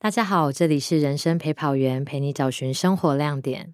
大家好，这里是人生陪跑员，陪你找寻生活亮点。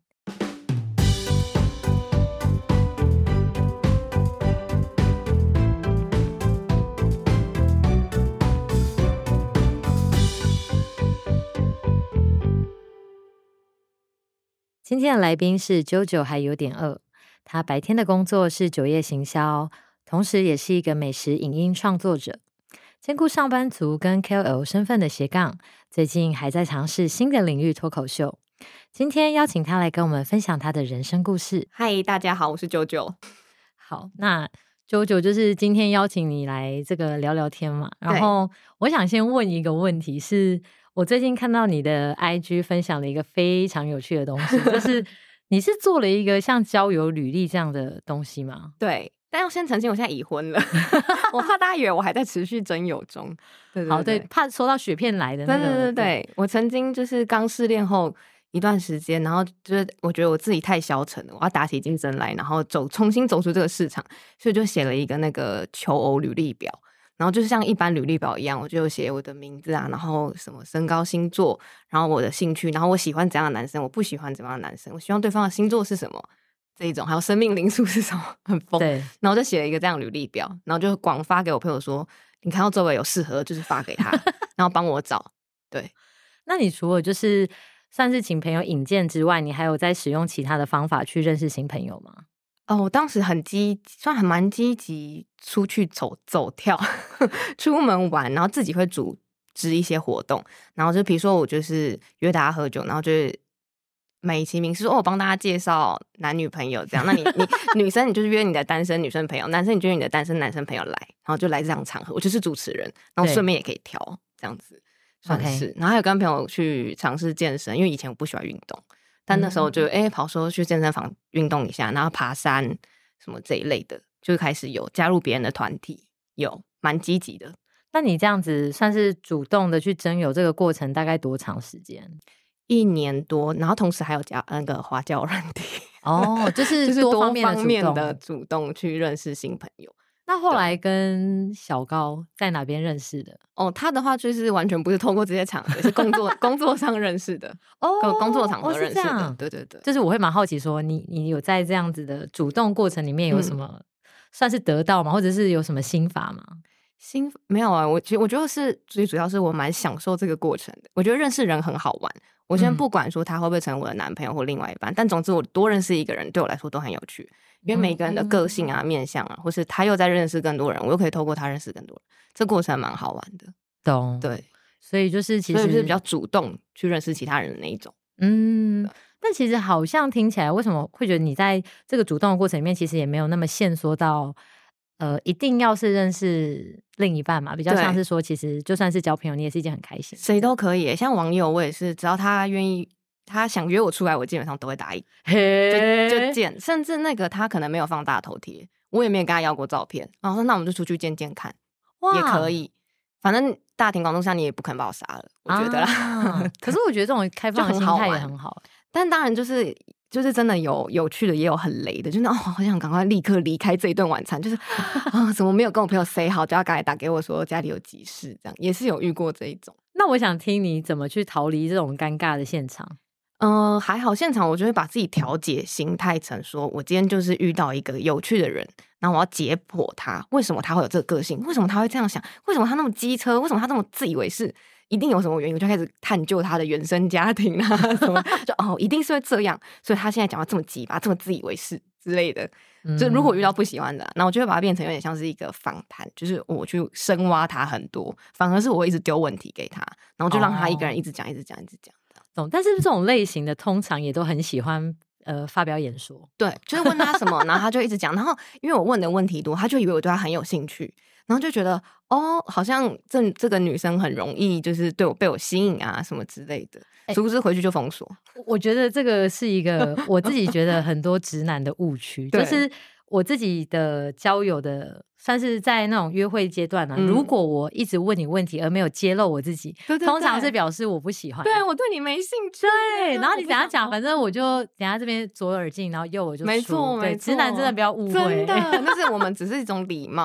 今天的来宾是JoJo，还有点饿。他白天的工作是酒业行销，同时也是一个美食影音创作者，兼顾上班族跟 KOL 身份的斜杠，最近还在尝试新的领域脱口秀。今天邀请他来跟我们分享他的人生故事。 嗨，大家好，我是JoJo。 好，那JoJo就是今天邀请你来这个聊聊天嘛，然后我想先问一个问题是，我最近看到你的 IG 分享了一个非常有趣的东西，就是你是做了一个像交友履历这样的东西吗？ 对，但要先澄清，我现在已婚了，我怕大家以为我还在持续征友中。对， 好，对，怕收到雪片来的那个。 对，我曾经就是刚失恋后一段时间，然后就是我觉得我自己太消沉了，我要打起精神来，然后重新走出这个市场，所以就写了一个那个求偶履历表。然后就是像一般履历表一样，我就写我的名字啊，然后什么身高、星座，然后我的兴趣，然后我喜欢怎样的男生，我不喜欢怎样的男生，我希望对方的星座是什么，这一种，还有生命灵数是什么，很疯。 对， 然后我就写了一个这样履历表，然后就广发给我朋友说，你看到周围有适合，就是发给他，然后帮我找。对， 那你除了就是算是请朋友引荐之外，你还有在使用其他的方法去认识新朋友吗？ 我当时算还蛮积极，出去走跳，出门玩，然后自己会组织一些活动，然后就比如说我就是约大家喝酒，然后就是美其名是说我帮大家介绍男女朋友这样，那你女生你就是约你的单身女生朋友，男生你就约你的单身男生朋友来，然后就来这样场合，我就是主持人，然后顺便也可以挑这样子算是，然后还有跟朋友去尝试健身，因为以前我不喜欢运动。但那时候就跑说去健身房运动一下，然后爬山什么这一类的，就开始有加入别人的团体，有蛮积极的。 那你这样子算是主动的去征友，这个过程大概多长时间 ？1年多，然后同时还有加那个花椒软体哦，就是多方面的主动去认识新朋友。 那后来跟小高在哪边认识的？ 他的话就是完全不是透过这些场合，是工作上认识的工作场合认识的。对， 就是我会蛮好奇说，你有在这样子的主动过程里面有什么算是得到吗？或者是有什么心法吗？ 没有啊，我觉得是最主要是我蛮享受这个过程的。我觉得认识人很好玩。我先不管说他会不会成为我的男朋友或另外一半，但总之我多认识一个人对我来说都很有趣。因为每个人的个性啊、面相啊，或是他又在认识更多人，我又可以透过他认识更多人，这过程蛮好玩的。 懂， 对， 所以就是其实是比较主动去认识其他人的那一种。 但其实好像听起来，为什么会觉得你在这个主动的过程里面，其实也没有那么限缩到一定要是认识另一半嘛？比较像是说，其实就算是交朋友，你也是一件很开心， 谁都可以。像网友，我也是，只要他愿意。他想约我出来，我基本上都会答应，就见。甚至那个他可能没有放大头贴，我也没有跟他要过照片。然后说那我们就出去见见看，也可以。反正大庭广众下你也不可能把我杀了，我觉得啦。 可是我觉得这种开放的心态也很好。 但当然就是真的有趣的，也有很雷的，就是好想赶快立刻离开这一顿晚餐，就是怎么没有跟我朋友 say 好，就要赶快打给我说家里有急事，这样也是有遇过这一种。 那我想听你怎么去逃离这种尴尬的现场。 还好，现场我就会把自己调节心态成说，我今天就是遇到一个有趣的人，然后我要解剖他，为什么他会有这个个性，为什么他会这样想，为什么他那么机车，为什么他这么自以为是，一定有什么原因，我就开始探究他的原生家庭啊什么，就一定是会这样，所以他现在讲话这么急吧，这么自以为是之类的。就如果遇到不喜欢的，那我就会把它变成有点像是一个访谈，就是我去深挖他很多，反而是我一直丢问题给他，然后就让他一个人一直讲。 但是这种类型的通常也都很喜欢发表演说。 对，就是问他什么，然后他就一直讲，然后因为我问的问题多，他就以为我对他很有兴趣，然后就觉得好像这个女生很容易就是被我吸引啊什么之类的，殊不知回去就封锁。 我觉得这个是一个我自己觉得很多直男的误区，就是我自己的交友的算是在那种约会阶段如果我一直问你问题而没有揭露我自己，通常是表示我不喜欢， 对，我对你没兴趣。 对，然后你等下讲，反正我就等下这边左耳进，然后右耳就出。 没错， 对，直男真的不要误会， 真的，那是我们只是一种礼貌。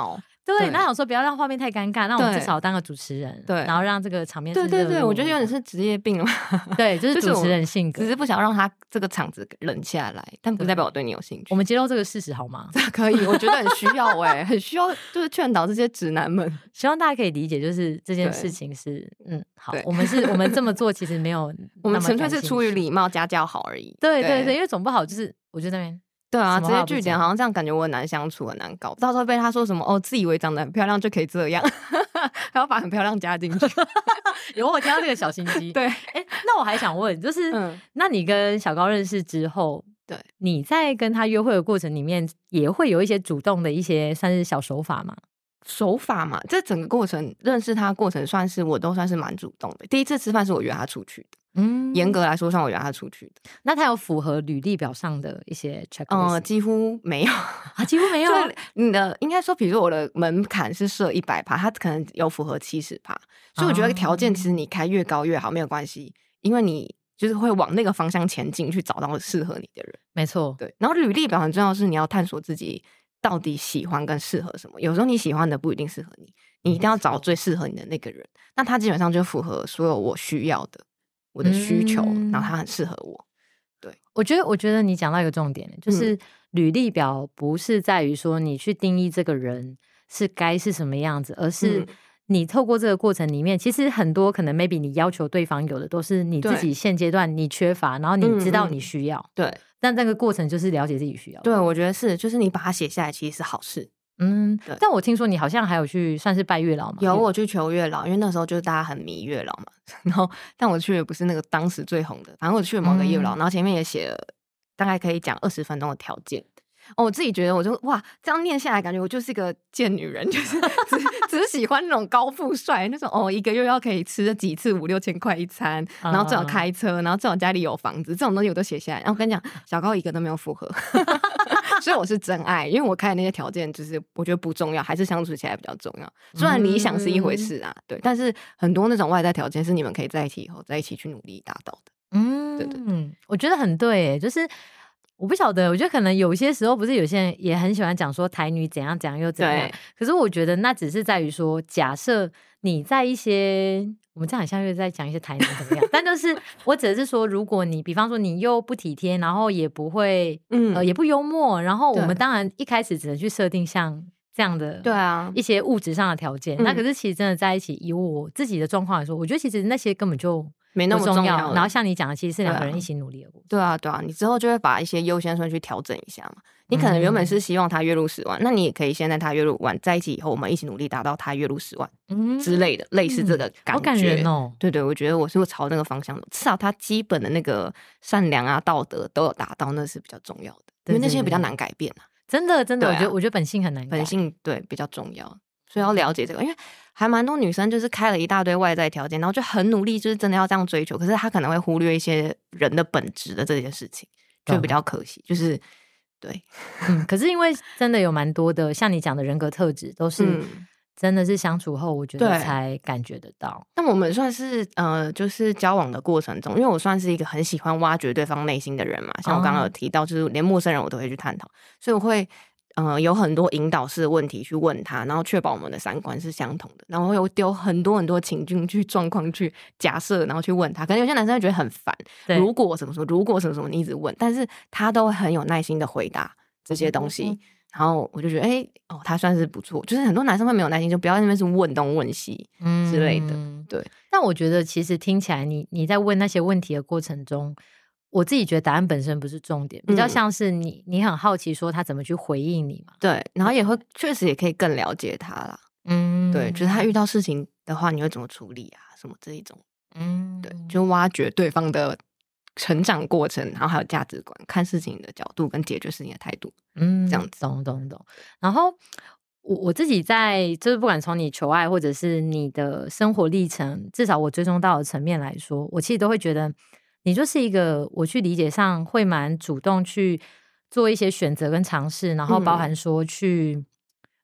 对，那想说不要让画面太尴尬，那我们至少当个主持人， 对， 然后让这个场面是对，我觉得有点是职业病了嘛。 对，就是主持人性格， 只是不想让他这个场子冷下来，但不代表我对你有兴趣。 我们揭露这个事实好吗？ 可以，我觉得很需要很需要，就是劝导这些直男们。 希望大家可以理解，就是这件事情是好，我们这么做其实没有， 我们纯粹是出于礼貌、家教好而已。 对，因为总不好就是我觉得那边。 对啊，直接据点好像这样，感觉我很难相处，很难搞。到时候被他说什么自以为长得很漂亮就可以这样，还要把很漂亮加进去。 有我听到那个小心机。 对， 那我还想问，就是那你跟小高认识之后，对，你在跟他约会的过程里面，也会有一些主动的一些算是小手法吗？ 手法嘛，这整个过程认识他的过程，我都算是蛮主动的。第一次吃饭是我约他出去的，严格来说算我约他出去的。 那他有符合履历表上的一些 checklist？ 几乎没有啊，几乎没有。 你的应该说，比如说我的门槛是设100%，他可能有符合70%，所以我觉得条件其实你开越高越好，没有关系，因为你就是会往那个方向前进，去找到适合你的人。 没错， 对。然后履历表很重要的是你要探索自己到底喜欢跟适合什么，有时候你喜欢的不一定适合你，你一定要找最适合你的那个人。那他基本上就符合所有我需要的，我的需求，然后他很适合我。对， 我觉得你讲到一个重点，就是履历表不是在于说你去定义这个人是该是什么样子，而是你透过这个过程里面，其实很多可能 maybe 你要求对方有的都是你自己现阶段你缺乏，然后你知道你需要。 对。 但这个过程就是了解自己需要。 对，我觉得是，就是你把它写下来其实是好事。 对。但我听说你好像还有去算是拜月老吗？ 有，我去求月老，因为那时候就是大家很迷月老嘛。然后，但我去的不是那个当时最红的，反正我去了某个月老，然后前面也写了大概可以讲20分钟的条件。我自己觉得，我就哇，这样念下来，感觉我就是一个贱女人，就是只喜欢那种高富帅那种一个月要可以吃几次5、6千块一餐，然后最好开车，然后最好家里有房子，这种东西我都写下来。然后我跟你讲，小高一个都没有符合，所以我是真爱，因为我开的那些条件就是我觉得不重要，还是相处起来比较重要。虽然理想是一回事啊，对，但是很多那种外在条件是你们可以在一起以后在一起去努力达到的。对， 我觉得很对耶，就是。我不晓得，我觉得可能有些时候不是有些人也很喜欢讲说台女怎样怎样又怎样，可是我觉得那只是在于说，假设你在一些我们这样好像又在讲一些台女怎么样，但就是我只是说，如果你比方说你又不体贴，然后也不会也不幽默，然后我们当然一开始只能去设定像这样的对啊一些物质上的条件，那可是其实真的在一起，以我自己的状况来说，我觉得其实那些根本就没那么重要。 然后像你讲的，其实是2个人一起努力的过程。 对啊，你之后就会把一些优先顺序调整一下嘛。你可能原本是希望他月入10万，那你也可以先在他月入5万在一起以后，我们一起努力达到他月入10万之类的，类似这个感觉。 好感人哦！ 对，我觉得我是朝那个方向的，至少他基本的那个善良啊、道德都有达到，那是比较重要的，因为那些比较难改变啊。 真的，我觉得本性很难改， 本性对比较重要。所以要了解这个，因为还蛮多女生就是开了一大堆外在条件，然后就很努力，就是真的要这样追求，可是她可能会忽略一些人的本质的这件事情，就比较可惜。就是对， 可是因为真的有蛮多的，像你讲的人格特质，都是真的是相处后，我觉得才感觉得到。 但我们算是就是交往的过程中，因为我算是一个很喜欢挖掘对方内心的人嘛，像我刚刚有提到，就是连陌生人我都会去探讨，所以我会。有很多引导式的问题去问他，然后确保我们的3观是相同的，然后会有丢很多情境去状况去假设，然后去问他。可能有些男生会觉得很烦，如果什么什么，如果什么什么，你一直问，但是他都会很有耐心的回答这些东西。然后我就觉得，他算是不错。就是很多男生会没有耐心，就不要在那边是问东问西之类的。对， 但我觉得其实听起来你在问那些问题的过程中。我自己觉得答案本身不是重点，比较像是你很好奇说他怎么去回应你嘛。 对，然后也会确实也可以更了解他啦。对，就是他遇到事情的话，你会怎么处理啊？什么这一种。对，就挖掘对方的成长过程，然后还有价值观、看事情的角度跟解决事情的态度。这样子。 懂。然后我自己在就是不管从你求爱或者是你的生活历程，至少我追踪到的层面来说，我其实都会觉得。你就是一个我去理解上会蛮主动去做一些选择跟尝试，然后包含说去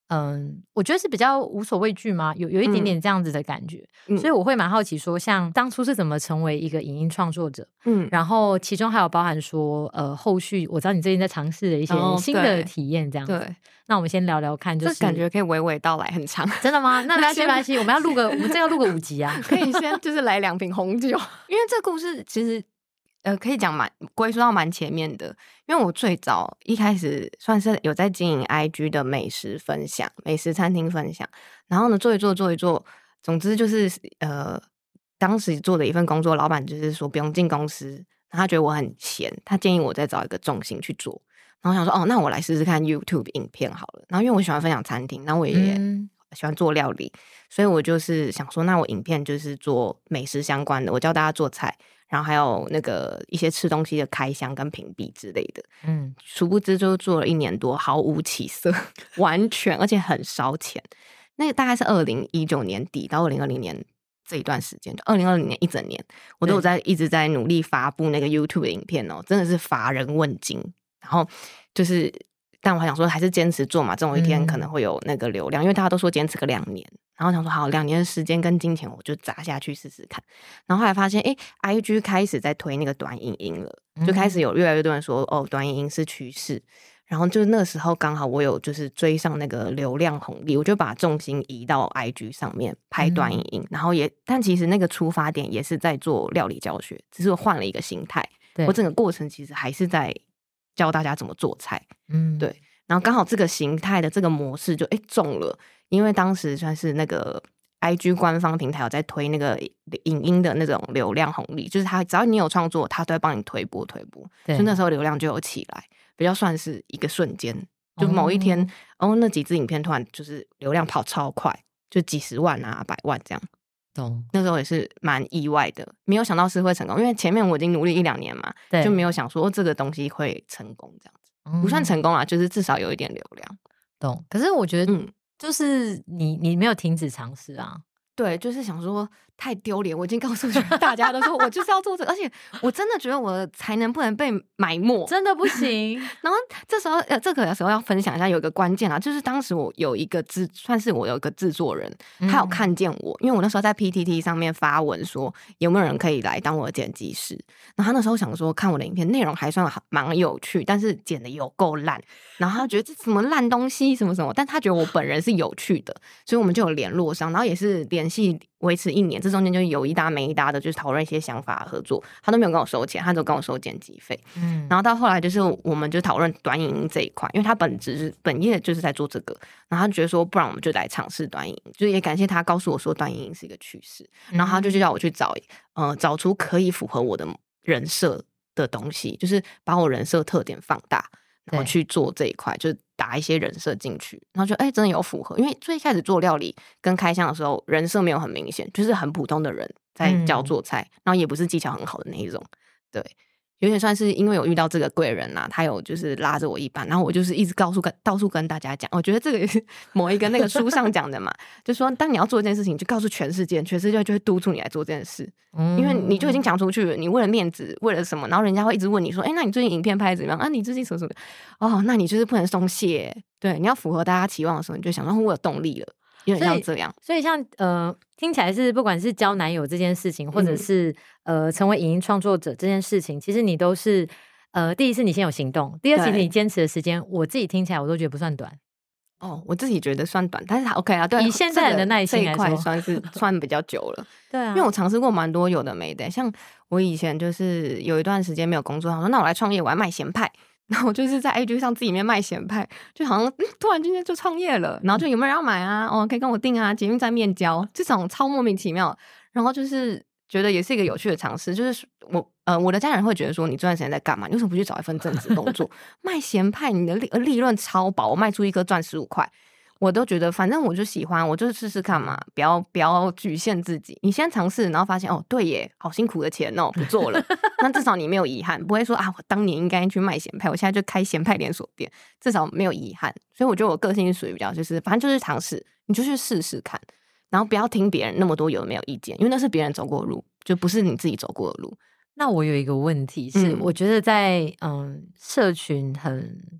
我觉得是比较无所畏惧吗？有一点点这样子的感觉，所以我会蛮好奇说，像当初是怎么成为一个影音创作者，然后其中还有包含说，后续我知道你最近在尝试的一些新的体验，这样子。对，那我们先聊聊看，就是这感觉可以娓娓道来很长， 真的吗？那没关系，我们这要录个5集啊， 可以先就是来2瓶红酒，因为这故事其实。可以讲归属到蛮前面的，因为我最早一开始算是有在经营 IG 的美食分享、美食餐厅分享，然后呢做一做，总之就是当时做的一份工作，老板就是说不用进公司，他觉得我很闲，他建议我再找一个重心去做，然后想说那我来试试看 YouTube 影片好了，然后因为我喜欢分享餐厅，然后我也喜欢做料理，所以我就是想说，那我影片就是做美食相关的，我教大家做菜。然后还有那个一些吃东西的开箱跟评比之类的，殊不知就做了1年多，毫无起色，完全而且很烧钱。那个大概是2019年底到2020年这一段时间，就2020年一整年，我都有一直在努力发布那个 YouTube 的影片哦，真的是乏人问津。然后就是，但我还想说，还是坚持做嘛，总有一天可能会有那个流量，因为大家都说坚持个2年。然后想说好，2年的时间跟金钱我就砸下去试试看。然后后来发现IG 开始在推那个短影音了，就开始有越来越多人说短影音是趋势。然后就那时候刚好我有就是追上那个流量红利，我就把重心移到 IG 上面拍短影音。然后但其实那个出发点也是在做料理教学，只是我换了一个心态。我整个过程其实还是在教大家怎么做菜。对。然后刚好这个形态的这个模式就中了。因为当时算是那个 IG 官方平台有在推那个影音的那种流量红利，就是只要你有创作，他都会帮你推播，所以那时候流量就有起来，比较算是一个瞬间，就某一天那几支影片突然就是流量跑超快，就几10万啊、100万这样。懂。那时候也是蛮意外的，没有想到是会成功，因为前面我已经努力1-2年嘛，就没有想说这个东西会成功这样子，不算成功啦，就是至少有一点流量。 懂。可是我觉得就是你没有停止尝试啊。 对，就是想说太丢脸，我已经告诉大家都说我就是要做这个，而且我真的觉得我的才能不能被埋没， 真的不行。 然后这时候这个时候要分享一下，有一个关键啊，就是当时我有一个算是我有一个制作人，他有看见我，因为我那时候在 PTT 上面发文说有没有人可以来当我的剪辑师，然后他那时候想说看我的影片内容还算蛮有趣，但是剪的有够烂，然后他觉得这什么烂东西什么什么，但他觉得我本人是有趣的，所以我们就有联络上，然后也是联系维持1年，这中间就有一搭没一搭的，就是讨论一些想法合作，他都没有跟我收钱，他只跟我收剪辑费。然后到后来就是我们就讨论短影音这一块，因为他本业就是在做这个，然后他就觉得说不然我们就来尝试短影音，就是也感谢他告诉我说短影音是一个趋势，然后他就叫我去找出可以符合我的人设的东西，就是把我人设特点放大，然后去做这一块，就打一些人设进去，然后就真的有符合。因为最开始做料理跟开箱的时候，人设没有很明显，就是很普通的人在教做菜，然后也不是技巧很好的那一种，对。有点算是因为有遇到这个贵人啊，他有就是拉着我一把，然后我就是一直到处跟大家讲，我觉得这个也是某一个那个书上讲的嘛，就说当你要做一件事情，你就告诉全世界就会督促你来做这件事，因为你就已经讲出去了，你为了面子，为了什么，然后人家会一直问你说，那你最近影片拍怎么样啊？你最近什么什么？那你就是不能松懈，对，你要符合大家期望的时候，你就想说我有动力了。有点像这样， 所以像听起来是不管是交男友这件事情，或者是成为影音创作者这件事情，其实你都是第一是你先有行动，第二是你坚持的时间，我自己听起来我都觉得不算短。 我自己觉得算短，但是 OK 啊，对， 以现在人的耐心来说， 这一块算比较久了。 对啊， 因为我尝试过蛮多有的没的，像我以前就是有一段时间没有工作，我说那我来创业，我要卖咸派。然后我就是在 IG 上自己面卖咸派，就好像突然今天就创业了，然后就有没有人要买啊？可以跟我订啊，捷运站面交，这种超莫名其妙。然后就是觉得也是一个有趣的尝试，就是我的家人会觉得说你这段时间在干嘛？你为什么不去找一份正职工作？卖咸派，你的利润超薄，我卖出一颗赚15块。我都觉得反正我就喜欢，我就试试看嘛，不要局限自己。你先尝试，然后发现对耶，好辛苦的钱不做了。那至少你没有遗憾，不会说我当年应该去卖咸派，我现在就开咸派连锁店，至少没有遗憾。所以我觉得我个性是属于比较就是反正就是尝试，你就去试试看，然后不要听别人那么多有没有意见，因为那是别人走过的路，就不是你自己走过的路。那我有一个问题是，我觉得在社群很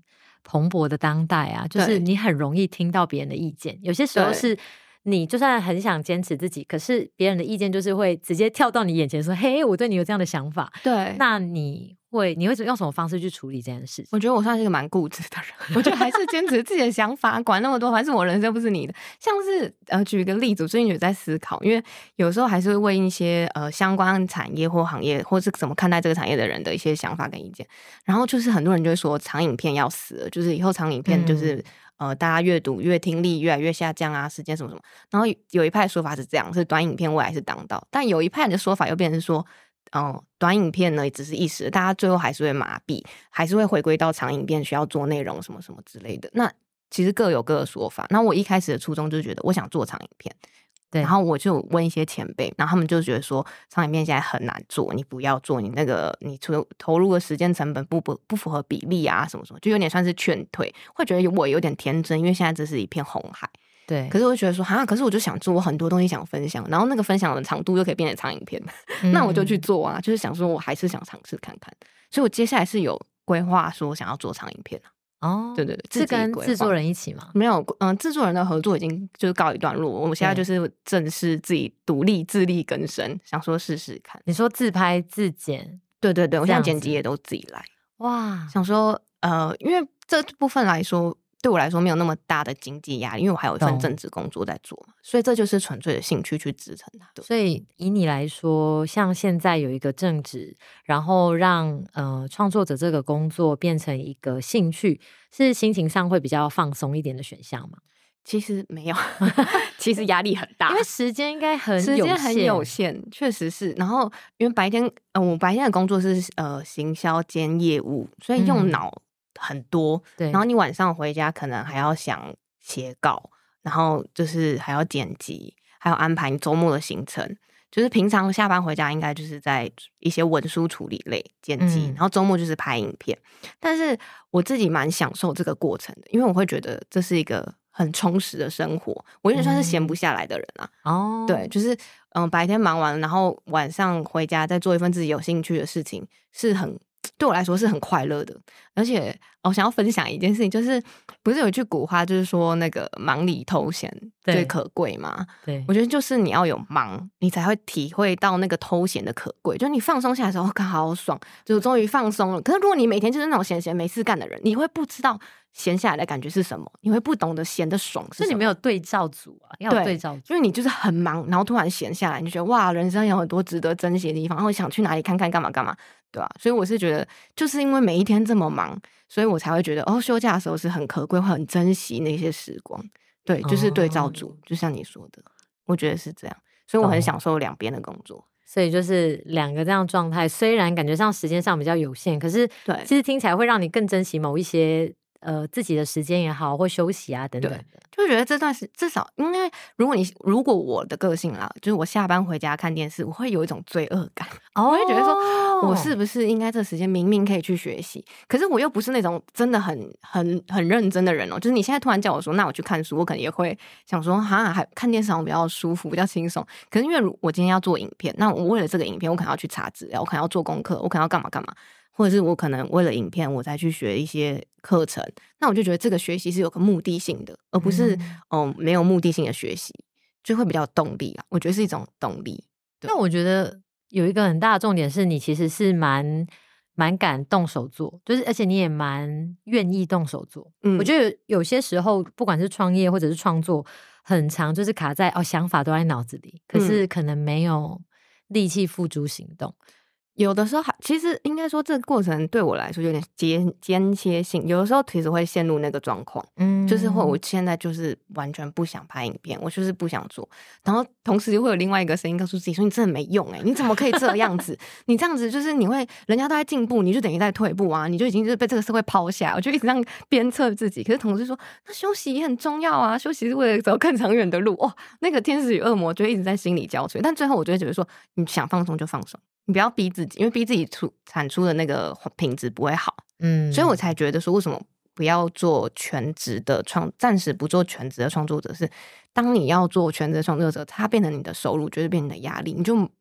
蓬勃的当代啊，就是你很容易听到别人的意见，有些时候是你就算很想坚持自己，可是别人的意见就是会直接跳到你眼前说，嘿，我对你有这样的想法。 对， 那你会用什么方式去处理这件事情？ 我觉得我算是一个蛮固执的人，我觉得还是坚持自己的想法，管那么多，反正我人生不是你的。像是举个例子，我最近有在思考，因为有时候还是会问一些相关产业或行业，或是怎么看待这个产业的人的一些想法跟意见。然后就是很多人就会说长影片要死了，就是以后长影片就是大家阅读阅听力越来越下降啊，时间什么什么。然后有一派说法是这样，是短影片未来是当道，但有一派的说法又变成说短影片呢只是一时，大家最后还是会麻痹，还是会回归到长影片需要做内容什么什么之类的。那其实各有各的说法。那我一开始的初衷就是觉得我想做长影片，对，然后我就问一些前辈，然后他们就觉得说长影片现在很难做，你不要做，你投入的时间成本不符合比例啊什么什么，就有点算是劝退，会觉得我有点天真，因为现在这是一片红海。 对， 可是我就觉得说可是我就想做，我很多东西想分享，然后那个分享的长度又可以变成长影片，那我就去做啊，就是想说我还是想尝试看看，所以我接下来是有规划说想要做长影片对对对， 是跟制作人一起吗？ 没有，制作人的合作已经就是告一段落，我们现在就是正式自己独立自力更生，想说试试看。 你说自拍自剪？ 对对对，我现在剪辑也都自己来。哇，想说因为这部分来说对我来说没有那么大的经济压力，因为我还有一份正职工作在做嘛，所以这就是纯粹的兴趣去支撑它。 所以以你来说，像现在有一个正职，然后让创作者这个工作变成一个兴趣，是心情上会比较放松一点的选项吗？ 其实没有，其实压力很大， 因为时间应该时间很有限，确实是。然后因为白天我白天的工作是行销兼业务，所以用脑很多，对。然后你晚上回家可能还要想写稿，然后就是还要剪辑，还要安排你周末的行程。就是平常下班回家应该就是在一些文书处理类剪辑，然后周末就是拍影片。但是我自己蛮享受这个过程的，因为我会觉得这是一个很充实的生活，我有点算是闲不下来的人啊。对，就是白天忙完了，然后晚上回家再做一份自己有兴趣的事情，是对我来说是很快乐的。而且我想要分享一件事情，就是不是有一句古话就是说那个忙里偷闲最可贵吗？对，我觉得就是你要有忙，你才会体会到那个偷闲的可贵。就是你放松下来的时候，好爽，就是终于放松了。可是如果你每天就是那种闲没事干的人，你会不知道闲下来的感觉是什么，你会不懂得闲的爽是什么。 所以你没有对照组啊，要有对照组， 因为你就是很忙，然后突然闲下来，你就觉得哇，人生有很多值得珍惜的地方，然后想去哪里看看，干嘛干嘛，对吧？所以我是觉得，就是因为每一天这么忙，所以我才会觉得休假的时候是很可贵，会很珍惜那些时光。对，就是对照组，就像你说的，我觉得是这样，所以我很享受两边的工作。 所以就是两个这样状态，虽然感觉上时间上比较有限，可是对，其实听起来会让你更珍惜某一些自己的时间也好，或休息啊等等的， 就觉得这段至少，因为如果我的个性啦，就是我下班回家看电视，我会有一种罪恶感，我会觉得说，我是不是应该这时间明明可以去学习，可是我又不是那种真的很认真的人就是你现在突然叫我说，那我去看书，我可能也会想说，还看电视好像比较舒服，比较轻松。可是因为我今天要做影片，那我为了这个影片，我可能要去查资料，我可能要做功课，我可能要干嘛干嘛。或者是我可能为了影片我再去学一些课程，那我就觉得这个学习是有个目的性的，而不是没有目的性的学习，就会比较有动力啊。我觉得是一种动力。 那我觉得有一个很大的重点是你其实是蛮敢动手做，就是而且你也蛮愿意动手做。我觉得有些时候不管是创业或者是创作，很常就是卡在想法都在脑子里，可是可能没有力气付诸行动。 有的时候其实应该说这个过程对我来说有点间歇性，有的时候其实会陷入那个状况，就是我现在就是完全不想拍影片，我就是不想做，然后同时会有另外一个声音告诉自己说你真的没用你怎么可以这样子你这样子就是人家都在进步，你就等于在退步啊，你就已经就是被这个社会抛下，我就一直这样鞭策自己。可是同时说那休息也很重要啊，休息是为了走更长远的路。那个天使与恶魔就一直在心里交瘁，但最后我就会觉得说你想放松就放松，你不要逼自己，因为逼自己产出的那个品质不会好。所以我才觉得说为什么不要做全职的暂时不做全职的创作者，是当你要做全职的创作者，它变成你的收入，就是变成你的压力，你就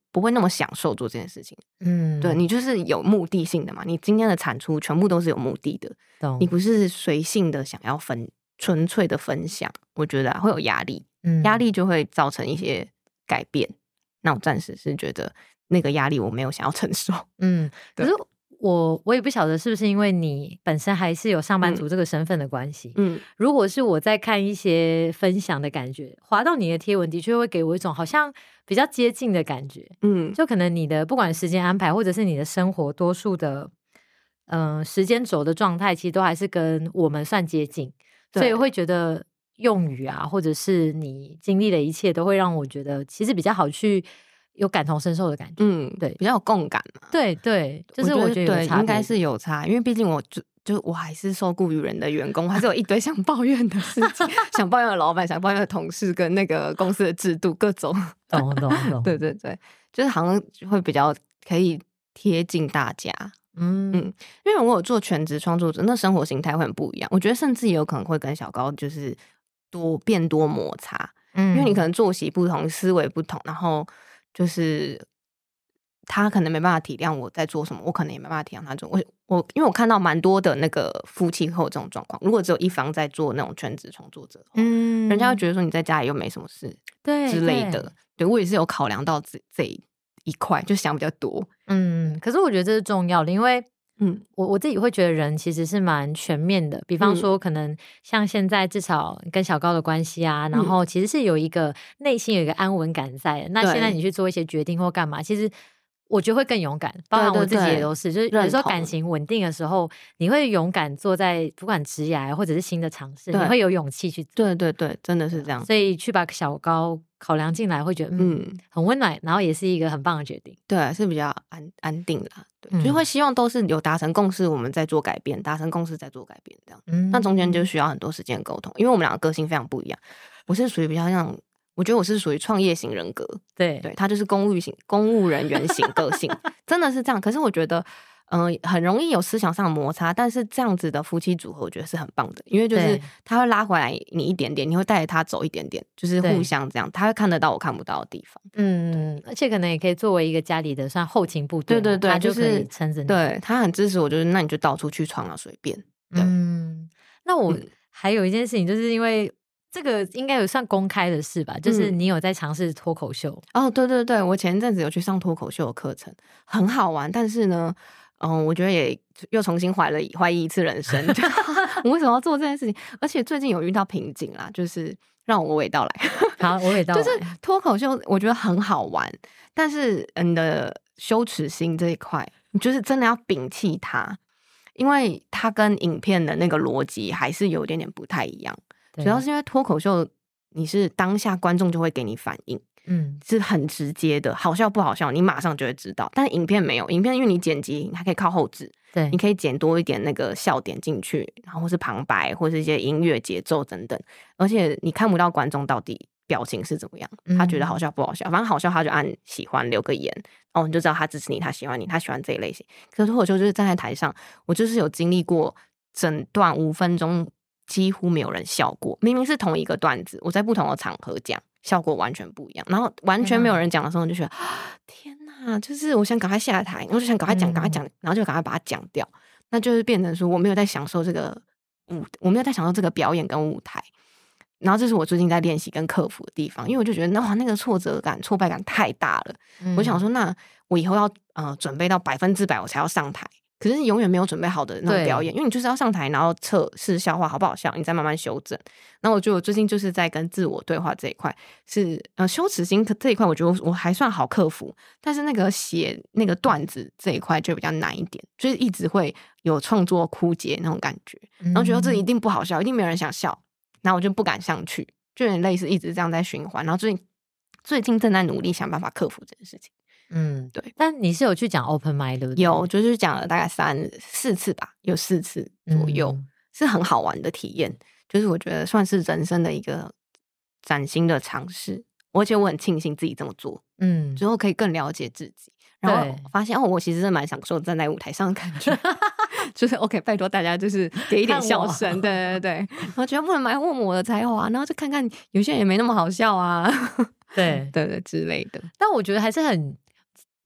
不会那么享受做这件事情。对， 嗯， 你就是有目的性的嘛，你今天的产出全部都是有目的的，你懂， 不是随性的想要纯粹的分享，我觉得会有压力，压嗯力就会造成一些改变。那我暂时是觉得那个压力我没有想要承受。 嗯，可对是我也不晓得是不是因为你本身还是有上班族这个身份的关系。如果是我在看一些分享的感觉，滑到你的贴文，的确会给我一种好像比较接近的感觉。就可能你的不管时间安排，或者是你的生活多数的时间轴的状态，其实都还是跟我们算接近，所以会觉得用语啊，或者是你经历的一切，都会让我觉得其实比较好去有感同身受的感觉。对， 比较有共感嘛。 对对，就是我觉得有对， 差别应该是有差，因为毕竟我还是受雇于人的员工，我还是有一堆想抱怨的事情，想抱怨的老板，想抱怨的同事，跟那个公司的制度各种。 懂， 对对对，就是好像会比较可以贴近大家。因为如果我做全职创作者，那生活形态会很不一样。我觉得甚至也有可能会跟小高就是变多摩擦，因为你可能作息不同，思维不同，然后就是他可能没办法体谅我在做什么，我可能也没办法体谅他这种。因为我看到蛮多的那个夫妻会有这种状况，如果只有一方在做那种全职创作者的话，人家会觉得说你在家里又没什么事， 对之类的。对，我也是有考量到这一块，就想比较多。 可是我觉得这是重要的，因为我自己会觉得人其实是蛮全面的。比方说，可能像现在至少跟小高的关系啊，然后其实是有一个内心有一个安稳感在的。那现在你去做一些决定或干嘛，其实我觉得会更勇敢。包含我自己也都是，就是有时候感情稳定的时候，你会勇敢做在不管职涯或者是新的尝试，你会有勇气去做。 对，真的是这样。 所以去把小高考量进来，会觉得很温暖，然后也是一个很棒的决定。 对，是比较安定啦。对，就是会希望都是有达成共识，我们再做改变，达成共识再做改变这样。那中间就需要很多时间沟通，因为我们两个个性非常不一样。我是属于比较像，我觉得我是属于创业型人格，对，他就是公务人员型个性，真的是这样。可是我觉得很容易有思想上的摩擦，但是这样子的夫妻组合，我觉得是很棒的，因为就是他会拉回来你一点点，你会带着他走一点点，就是互相这样，他会看得到我看不到的地方。 而且可能也可以作为一个家里的算后勤部队， 对， 他就可以撑着你。 对，他很支持我，就是那你就到处去闯啊，随便。对， 那我还有一件事情，就是因为这个应该有算公开的事吧，就是你有在尝试脱口秀。 对，我前一阵子有去上脱口秀的课程，很好玩，但是呢我觉得也又重新怀疑一次人生。我为什么要做这件事情？而且最近有遇到瓶颈啦，就是让我娓娓道来。 好，我娓道来。 就是脱口秀，我觉得很好玩，但是你的羞耻心这一块，你就是真的要摒弃它，因为它跟影片的那个逻辑还是有点不太一样。主要是因为脱口秀，你是当下观众就会给你反应。是很直接的，好笑不好笑，你马上就会知道。但是影片没有，影片因为你剪辑，你还可以靠后置， 对， 你可以剪多一点那个笑点进去，然后或是旁白，或是一些音乐节奏等等。而且你看不到观众到底表情是怎么样，他觉得好笑不好笑，反正好笑他就按喜欢留个言，你就知道他支持你，他喜欢你，他喜欢这一类型。可是脱口秀就是站在台上，我就是有经历过整段5分钟几乎没有人笑过，明明是同一个段子，我在不同的场合讲，效果完全不一样，然后完全没有人讲的时候，你就觉得天哪，就是我想赶快下台，我就想赶快讲，然后就赶快把它讲掉，那就是变成说我没有在享受这个我没有在享受这个表演跟舞台，然后这是我最近在练习跟克服的地方，因为我就觉得那个挫折感、挫败感太大了，我想说那我以后要准备到100%我才要上台。可是你永远没有准备好的那种表演，因为你就是要上台，然后测试笑话好不好笑，你再慢慢修正。然后我觉得我最近就是在跟自我对话这一块，是羞耻心这一块，我觉得我还算好克服，但是那个写那个段子这一块就比较难一点，就是一直会有创作枯竭那种感觉，然后觉得这一定不好笑，一定没有人想笑，然后我就不敢上去，就有点类似一直这样在循环。然后最近正在努力想办法克服这件事情。对。 但你是有去讲 open mic 的？ 有，就是讲了大概4次吧，有4次左右，是很好玩的体验。就是我觉得算是人生的一个崭新的尝试，而且我很庆幸自己这么做，之后可以更了解自己。然后发现我其实是蛮享受站在舞台上的感觉，就是 OK， 拜托大家就是给一点笑声，对。然后觉得不能埋没我的才华，然后就看看有些人也没那么好笑啊，对之类的。 但我觉得还是很。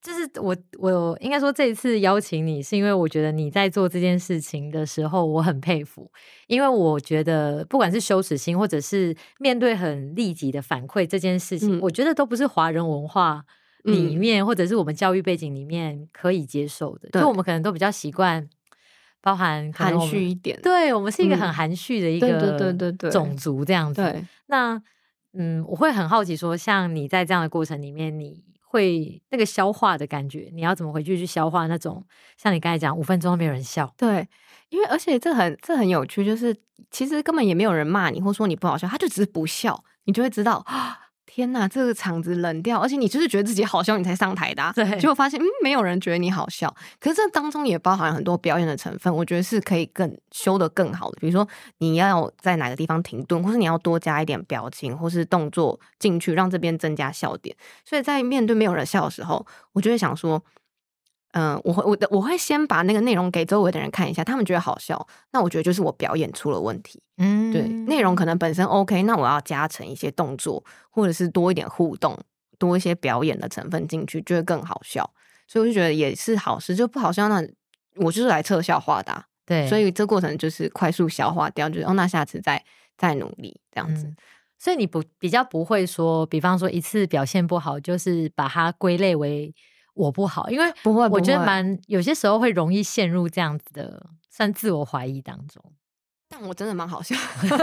就是我应该说这一次邀请你，是因为我觉得你在做这件事情的时候，我很佩服，因为我觉得不管是羞耻心，或者是面对很立即的反馈这件事情，我觉得都不是华人文化里面，或者是我们教育背景里面可以接受的，就我们可能都比较习惯。包含含蓄一点， 对，我们是一个很含蓄的一个种族这样子。 对， 那我会很好奇说，像你在这样的过程里面，你会那个消化的感觉，你要怎么回去消化那种像你刚才讲5分钟都没有人笑？ 对，因为而且这很有趣，就是其实根本也没有人骂你，或说你不好笑，他就只是不笑，你就会知道天哪，这个场子冷掉，而且你就是觉得自己好笑，你才上台的， 对， 结果发现没有人觉得你好笑。可是这当中也包含很多表演的成分，我觉得是可以更修得更好的。比如说你要在哪个地方停顿，或是你要多加一点表情或是动作进去，让这边增加笑点。所以在面对没有人笑的时候，我就会想说。我会先把那个内容给周围的人看一下，他们觉得好笑，那我觉得就是我表演出了问题。对，内容可能本身 OK， 那我要加成一些动作，或者是多一点互动，多一些表演的成分进去，就会更好笑。所以我就觉得也是好事，就不好笑，那我就是来测笑话的， 对， 所以这过程就是快速消化掉，就是那下次再努力这样子。 所以你比较不会说，比方说一次表现不好，就是把它归类为。我不好，因为不会， 我觉得有些时候会容易陷入这样子的算自我怀疑当中。 但我真的蛮好笑，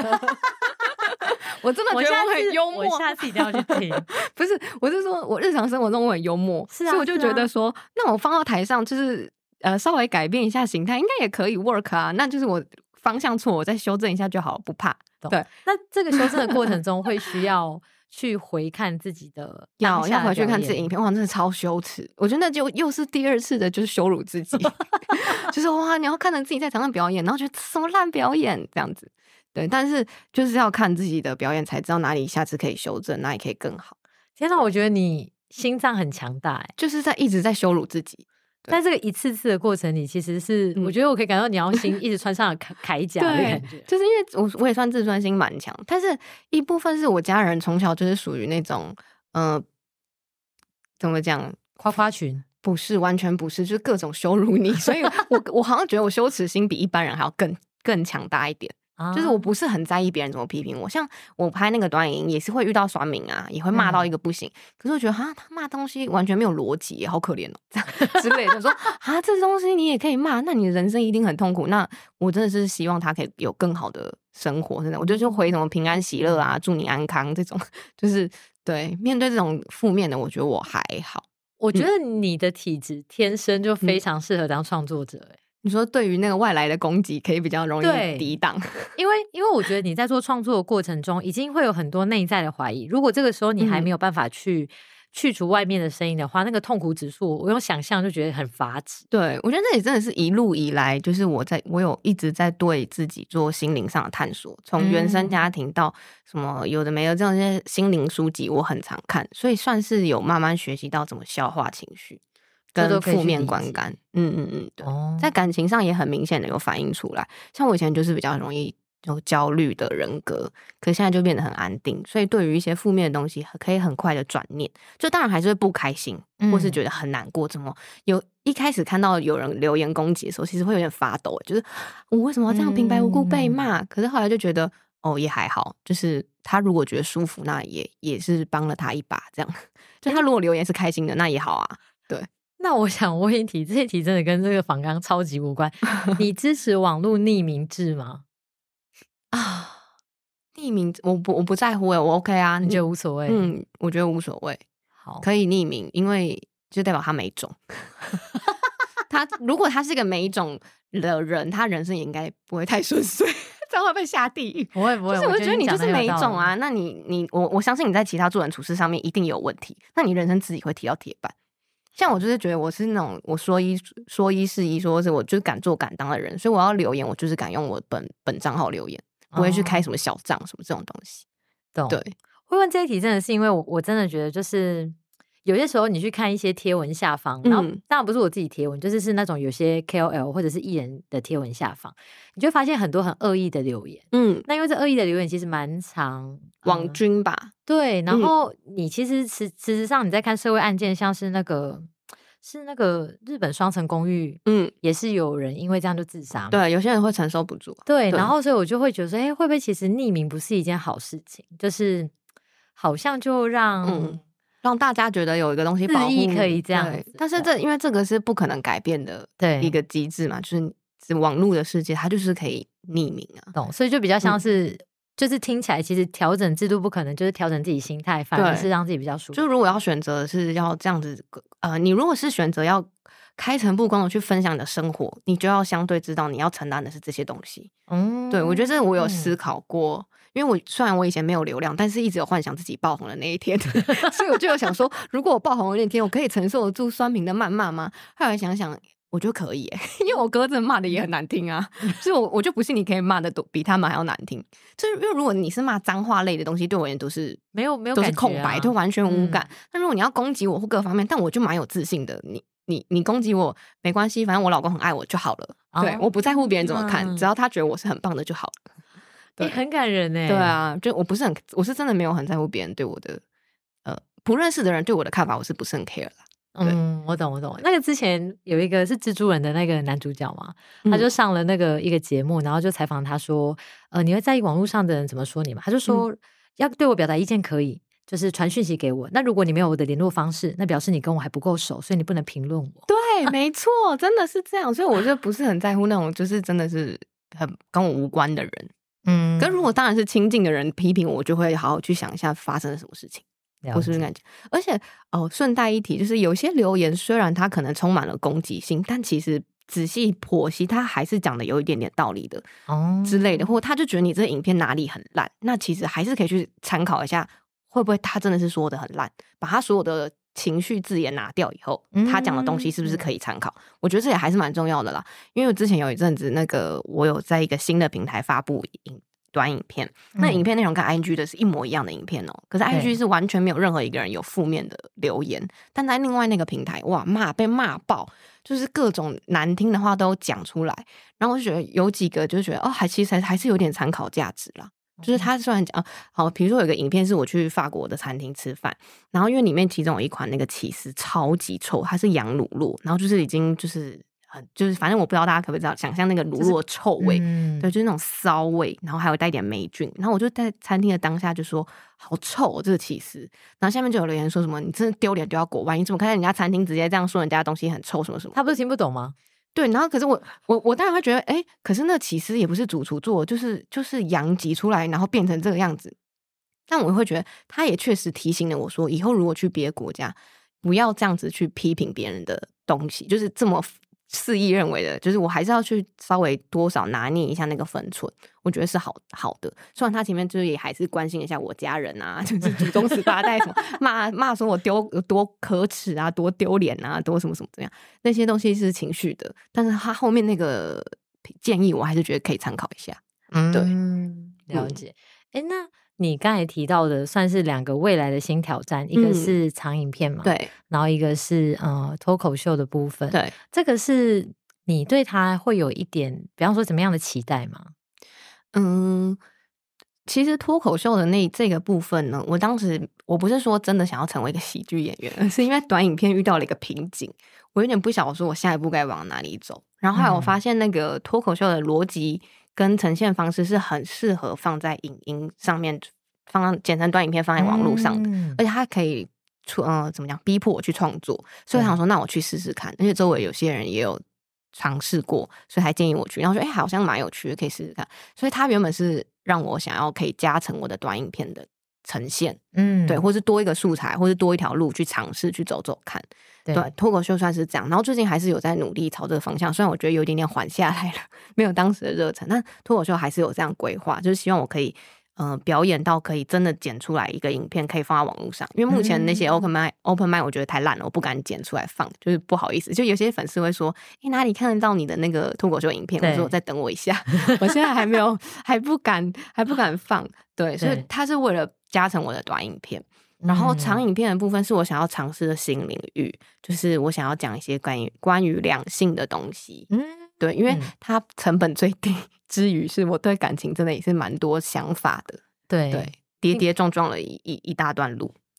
我真的觉得我很幽默。 我下次一定要去听。 不是，我是说我日常生活中我很幽默，所以我就觉得说，那我放到台上就是稍微改变一下形态，应该也可以 work 啊。那就是我方向错，我再修正一下就好，不怕。对， 那这个修正的过程中会需要。去回看自己的要回去看自己影片，哇，真的超羞耻！我觉得那就又是第二次的，就是羞辱自己，就是哇，你要看着自己在场上表演，然后觉得什么烂表演这样子。对，但是就是要看自己的表演，才知道哪里下次可以修正，哪里可以更好。 天哪，我觉得你心脏很强大， 就是一直在羞辱自己。 但这个一次次的过程里，其实是我觉得我可以感到你要心一直穿上了铠甲的感觉。 就是因为我也算自尊心蛮强，但是一部分是我家人从小就是属于那种怎么讲夸夸群， 不是，完全不是，就是各种羞辱你，所以我好像觉得我羞耻心比一般人还要更强大一点。就是我不是很在意别人怎么批评我，像我拍那个短影音也是会遇到酸民啊，也会骂到一个不行。可是我觉得他骂东西完全没有逻辑，好可怜哦，之类的。说这东西你也可以骂，那你的人生一定很痛苦。那我真的是希望他可以有更好的生活，真的。我就回什么平安喜乐啊，祝你安康这种，就是对面对这种负面的，我觉得我还好。 我觉得你的体质天生就非常适合当创作者， 你说对于那个外来的攻击可以比较容易抵挡， 因为我觉得你在做创作的过程中，已经会有很多内在的怀疑。如果这个时候你还没有办法去除外面的声音的话，那个痛苦指数，我用想象就觉得很乏值。 对，我觉得这也真的是一路以来，就是我有一直在对自己做心灵上的探索，从原生家庭到什么有的没有这些心灵书籍，我很常看，所以算是有慢慢学习到怎么消化情绪。跟负面观感，对，在感情上也很明显的有反映出来。像我以前就是比较容易有焦虑的人格，可是现在就变得很安定，所以对于一些负面的东西可以很快的转念。就当然还是会不开心，或是觉得很难过，怎么一开始看到有人留言攻击的时候，其实会有点发抖，就是我为什么要这样平白无故被骂？可是后来就觉得也还好，就是他如果觉得舒服，那也是帮了他一把，这样。就他如果留言是开心的，那也好啊，对。 那我想问一题，这一题真的跟这个访纲超级无关。你支持网络匿名制吗？ 匿名我不在乎我 OK 啊， 你觉得无所谓？ 我觉得无所谓， 好， 可以匿名，因为就代表他没种。如果他是个没种的人，他人生也应该不会太顺遂，这样会被下地狱。 不会， 就是我觉得你就是没种啊，那我相信你在其他做人处事上面一定有问题，那你人生自己会踢到铁板。像我就是觉得我是那种我说一是一，说是我就是敢做敢当的人，所以我要留言，我就是敢用我本账号留言，不会去开什么小账什么这种东西。 懂？ 对， 会问这一题真的是因为我真的觉得就是有些时候你去看一些贴文下方，然后当然不是我自己贴文，就是那种有些 KOL 或者是艺人的贴文下方，你就会发现很多很恶意的留言。那因为这恶意的留言其实蛮长， 网军吧。 对，然后你其实实上你在看社会案件，像是那个是那个日本双层公寓，也是有人因为这样就自杀嘛。 对，有些人会承受不住。 对，然后所以我就会觉得说，会不会其实匿名不是一件好事情？就是好像就让大家觉得有一个东西保护可以这样子， 但是因为这个是不可能改变的一个机制嘛，就是网络的世界，它就是可以匿名啊， 懂？所以就比较像是。就是听起来其实调整制度不可能就是调整自己心态，反而是让自己比较舒服。 就如果要选择是要这样子，你如果是选择要开诚布公的去分享你的生活，你就要相对知道你要承担的是这些东西。对，我觉得这我有思考过，因为虽然我以前没有流量，但是一直有幻想自己爆红的那一天，所以我就有想说，如果我爆红的那天，我可以承受得住酸民的谩骂吗？后来想想。我觉得可以因为我哥真的骂的也很难听啊，所以我就不信你可以骂的比他们还要难听。就是因为如果你是骂脏话类的东西，对我而言都是没有都是空白，都完全无感。但如果你要攻击我或各方面，但我就蛮有自信的。你攻击我没关系，反正我老公很爱我就好了。对，我不在乎别人怎么看，只要他觉得我是很棒的就好了。 对，很感人对啊，就我是真的没有很在乎别人对我的不认识的人对我的看法，我是不是很 care 啦。 我懂。那个之前有一个是蜘蛛人的那个男主角嘛，他就上了那个一个节目，然后就采访他说，你会在意网络上的人怎么说你吗？他就说，要对我表达意见可以，就是传讯息给我。那如果你没有我的联络方式，那表示你跟我还不够熟，所以你不能评论我。 对，没错，真的是这样。所以我就不是很在乎那种，就是真的是很跟我无关的人。跟如果当然是亲近的人批评我，就会好好去想一下发生了什么事情。不是感觉，而且顺带一提，就是有些留言虽然它可能充满了攻击性，但其实仔细剖析，他还是讲的有一点点道理的之类的，或他就觉得你这个影片哪里很烂，那其实还是可以去参考一下，会不会他真的是说的很烂，把他所有的情绪字眼拿掉以后，他讲的东西是不是可以参考？我觉得这也还是蛮重要的啦，因为我之前有一阵子我有在一个新的平台发布短影片，那影片内容跟 IG 的是一模一样的影片可是 IG 是完全没有任何一个人有负面的留言，但在另外那个平台，哇，被骂爆，就是各种难听的话都讲出来，然后我就觉得有几个就觉得其实还是有点参考价值啦。就是他虽然讲好，比如说有一个影片是我去法国的餐厅吃饭，然后因为里面其中有一款那个起司超级臭，它是羊乳酪，然后就是已经就是反正我不知道大家可不可以知道想象那个乳酪的臭味，对，就是那种骚味，然后还有带一点霉菌，然后我就在餐厅的当下就说好臭这个起司，然后下面就有留言说什么你真的丢脸丢到国外，你怎么看在人家餐厅直接这样说人家的东西很臭什么什么， 他不是听不懂吗？ 对，然后可是我当然会觉得可是那起司也不是主厨做，就是羊挤出来然后变成这个样子，但我会觉得他也确实提醒了我说，以后如果去别的国家不要这样子去批评别人的东西，就是这么肆意认为的，就是我还是要去稍微多少拿捏一下那个分寸，我觉得是好的。虽然他前面就是也还是关心一下我家人啊，就是祖宗18代什么骂说我多可耻啊，多丢脸啊，多什么什么怎么样，那些东西是情绪的，但是他后面那个建议我还是觉得可以参考一下。对， 了解。那你刚才提到的算是2个未来的新挑战，一个是长影片嘛， 对， 然后一个是脱口秀的部分， 对， 这个是你对他会有一点，比方说怎么样的期待吗？ 其实脱口秀的这个部分呢，我当时我不是说真的想要成为一个喜剧演员，而是因为短影片遇到了一个瓶颈，我有点不晓得说我下一步该往哪里走。然后后来我发现那个脱口秀的逻辑跟呈现方式是很适合放在影音上面，剪成短影片放在网络上的，而且它可以怎么讲逼迫我去创作，所以我想说那我去试试看，而且周围有些人也有尝试过，所以还建议我去，然后说好像蛮有趣的，可以试试看。所以他原本是让我想要可以加成我的短影片的呈现，对，或是多一个素材，或是多一条路去尝试去走走看。对，脱口秀算是这样，然后最近还是有在努力朝这个方向，虽然我觉得有一点点缓下来了，没有当时的热忱，但脱口秀还是有这样规划，就是希望我可以表演到可以真的剪出来一个影片可以放在网络上，因为目前那些 open mic 我觉得太烂了，我不敢剪出来放，就是不好意思，就有些粉丝会说哪里看得到你的那个脱口秀影片，我说再等我一下我现在还没有还不敢放，对，所以他是为了加成我的短影片。然后长影片的部分是我想要尝试的新领域，就是我想要讲一些关于两性的东西，对，因为它成本最低之余，是我对感情真的也是蛮多想法的，对，跌跌撞撞了一大段路。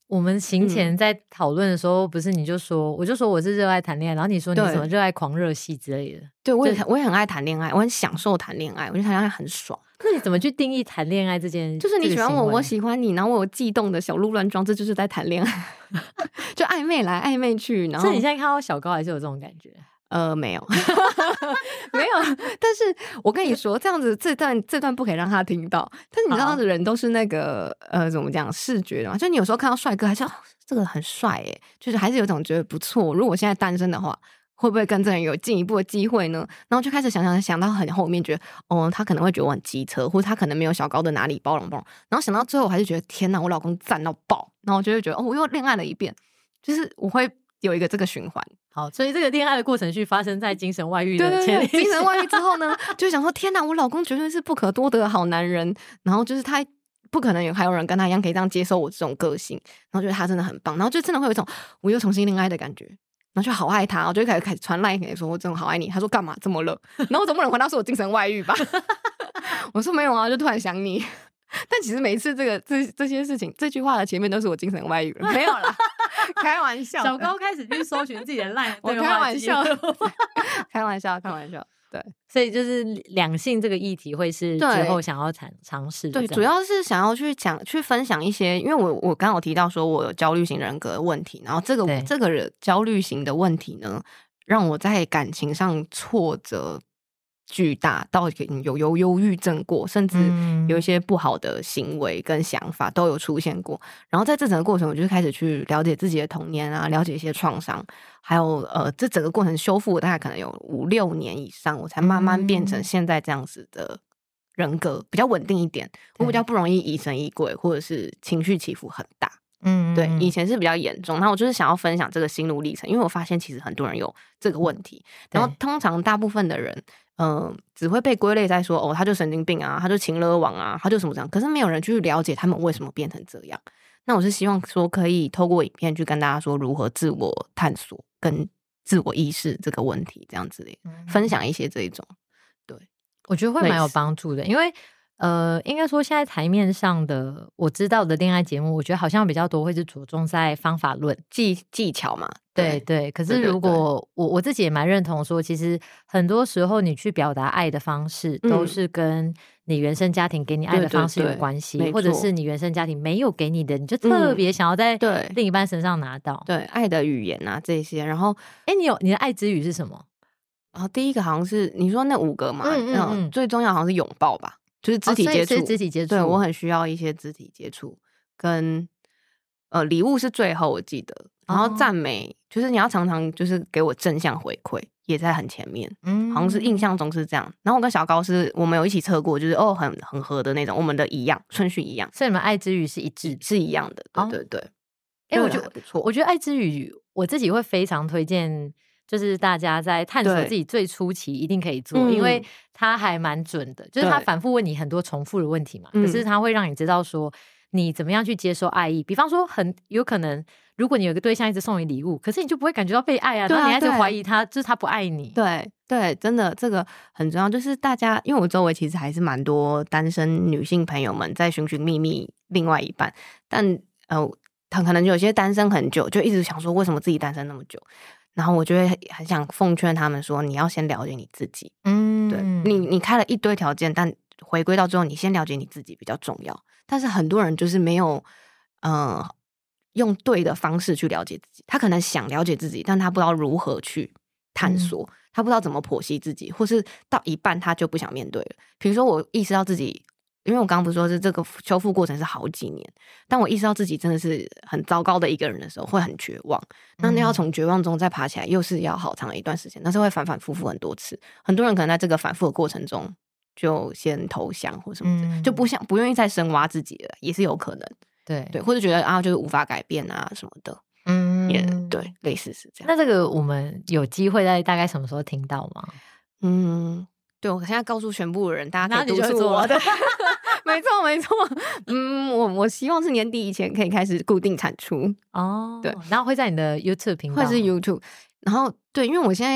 我们行前在讨论的时候，不是你就说，我就说我是热爱谈恋爱，然后你说你什么热爱狂热系之类的。 对，我也很爱谈恋爱，我很享受谈恋爱，我觉得谈恋爱很爽。 那你怎么去定义谈恋爱这件？ 就是你喜欢我，我喜欢你，然后我有悸动的小鹿乱撞，这就是在谈恋爱，就暧昧来暧昧去。然后， 所以你现在看到小高还是有这种感觉？ 没有，没有。但是我跟你说，这样子这段不可以让他听到。但是你知道的人都是那个怎么讲视觉的嘛？就你有时候看到帅哥，还是这个很帅耶，就是还是有种觉得不错。如果我现在单身的话，会不会跟这人有进一步的机会呢？然后就开始想到很后面，觉得他可能会觉得我很机车，或者他可能没有小高的哪里包容。然后想到最后，我还是觉得天哪，我老公赞到爆。然后我就会觉得我又恋爱了一遍，就是我会有一个这个循环。 好，所以这个恋爱的过程是发生在精神外遇的前提。精神外遇之后呢，就想说天哪，我老公绝对是不可多得的好男人。然后就是他不可能还有人跟他一样可以这样接受我这种个性。然后觉得他真的很棒，然后就真的会有一种我又重新恋爱的感觉。然后就好爱他，我就开始传赖给你说我真的好爱你。他说干嘛这么热？然后我总不能回答说我精神外遇吧？我说没有啊，就突然想你。但其实每一次这些事情，这句话的前面都是我精神外遇了，没有啦，开玩笑。 小高开始去搜寻自己的赖， 我开玩笑，开玩笑。对， 所以就是两性这个议题会是之后想要尝试的。 对，主要是想要去分享一些，因为我刚刚有提到说我有焦虑型人格的问题，然后这个焦虑型的问题呢，让我在感情上挫折巨大，到有忧郁症过，甚至有一些不好的行为跟想法都有出现过。然后在这整个过程，我就开始去了解自己的童年啊，了解一些创伤，还有这整个过程修复大概可能有5-6年以上，我才慢慢变成现在这样子的人格，比较稳定一点，我比较不容易疑神疑鬼，或者是情绪起伏很大。对，以前是比较严重。那我就是想要分享这个心路历程，因为我发现其实很多人有这个问题，然后通常大部分的人只会被归类在说他就神经病啊，他就情勒王啊，他就什么这样，可是没有人去了解他们为什么变成这样。那我是希望说可以透过影片去跟大家说如何自我探索跟自我意识这个问题，这样子分享一些这一种。对， 我觉得会蛮有帮助的，因为应该说现在台面上的我知道的恋爱节目，我觉得好像比较多会是着重在方法论技巧嘛。对，可是如果我自己也蛮认同说，其实很多时候你去表达爱的方式都是跟你原生家庭给你爱的方式有关系，或者是你原生家庭没有给你的，你就特别想要在另一半身上拿到。 对，爱的语言啊这些。然后你的爱之语是什么？ 然后第一个好像是你说那5个嘛，最重要好像是拥抱吧，就是肢体接触。 肢体接触， 对，我很需要一些肢体接触，跟礼物是最后我记得，然后赞美就是你要常常就是给我正向回馈，也在很前面。好像是印象中是这样。然后我跟小高是我们有一起测过，就是很合的那种，我们的一样顺序一样， 所以你们爱之语是一致是一样的。对。 我觉得不错。我觉得爱之语我自己会非常推荐，就是大家在探索自己最初期一定可以做，因为它还蛮准的，就是它反复问你很多重复的问题嘛，可是它会让你知道说你怎么样去接受爱意。比方说很有可能如果你有个对象一直送你礼物，可是你就不会感觉到被爱啊，然后你还是怀疑他，就是他不爱你。 对，真的这个很重要。就是大家因为我周围其实还是蛮多单身女性朋友们在寻寻觅觅另外一半，但他可能有些单身很久，就一直想说为什么自己单身那么久，然后我就会很想奉劝他们说，你要先了解你自己。对，你开了一堆条件，但回归到最后，你先了解你自己比较重要。但是很多人就是没有用对的方式去了解自己，他可能想了解自己，但他不知道如何去探索，他不知道怎么剖析自己，或是到一半他就不想面对了。比如说我意识到自己，因为我刚刚不是说是这个修复过程是好几年，但我意识到自己真的是很糟糕的一个人的时候，会很绝望。那你要从绝望中再爬起来，又是要好长的一段时间，但是会反反复复很多次。很多人可能在这个反复的过程中就先投降或什么的，就不愿意再深挖自己了，也是有可能。对，或者觉得就是无法改变啊什么的。也对，类似是这样。 那这个我们有机会在大概什么时候听到吗？ 对，我现在告诉全部的人，大家可以督促我的。没错。我希望是年底以前可以开始固定产出。 对，然后会在你的 YouTube 频道， 会是 YouTube。然后对，因为我现在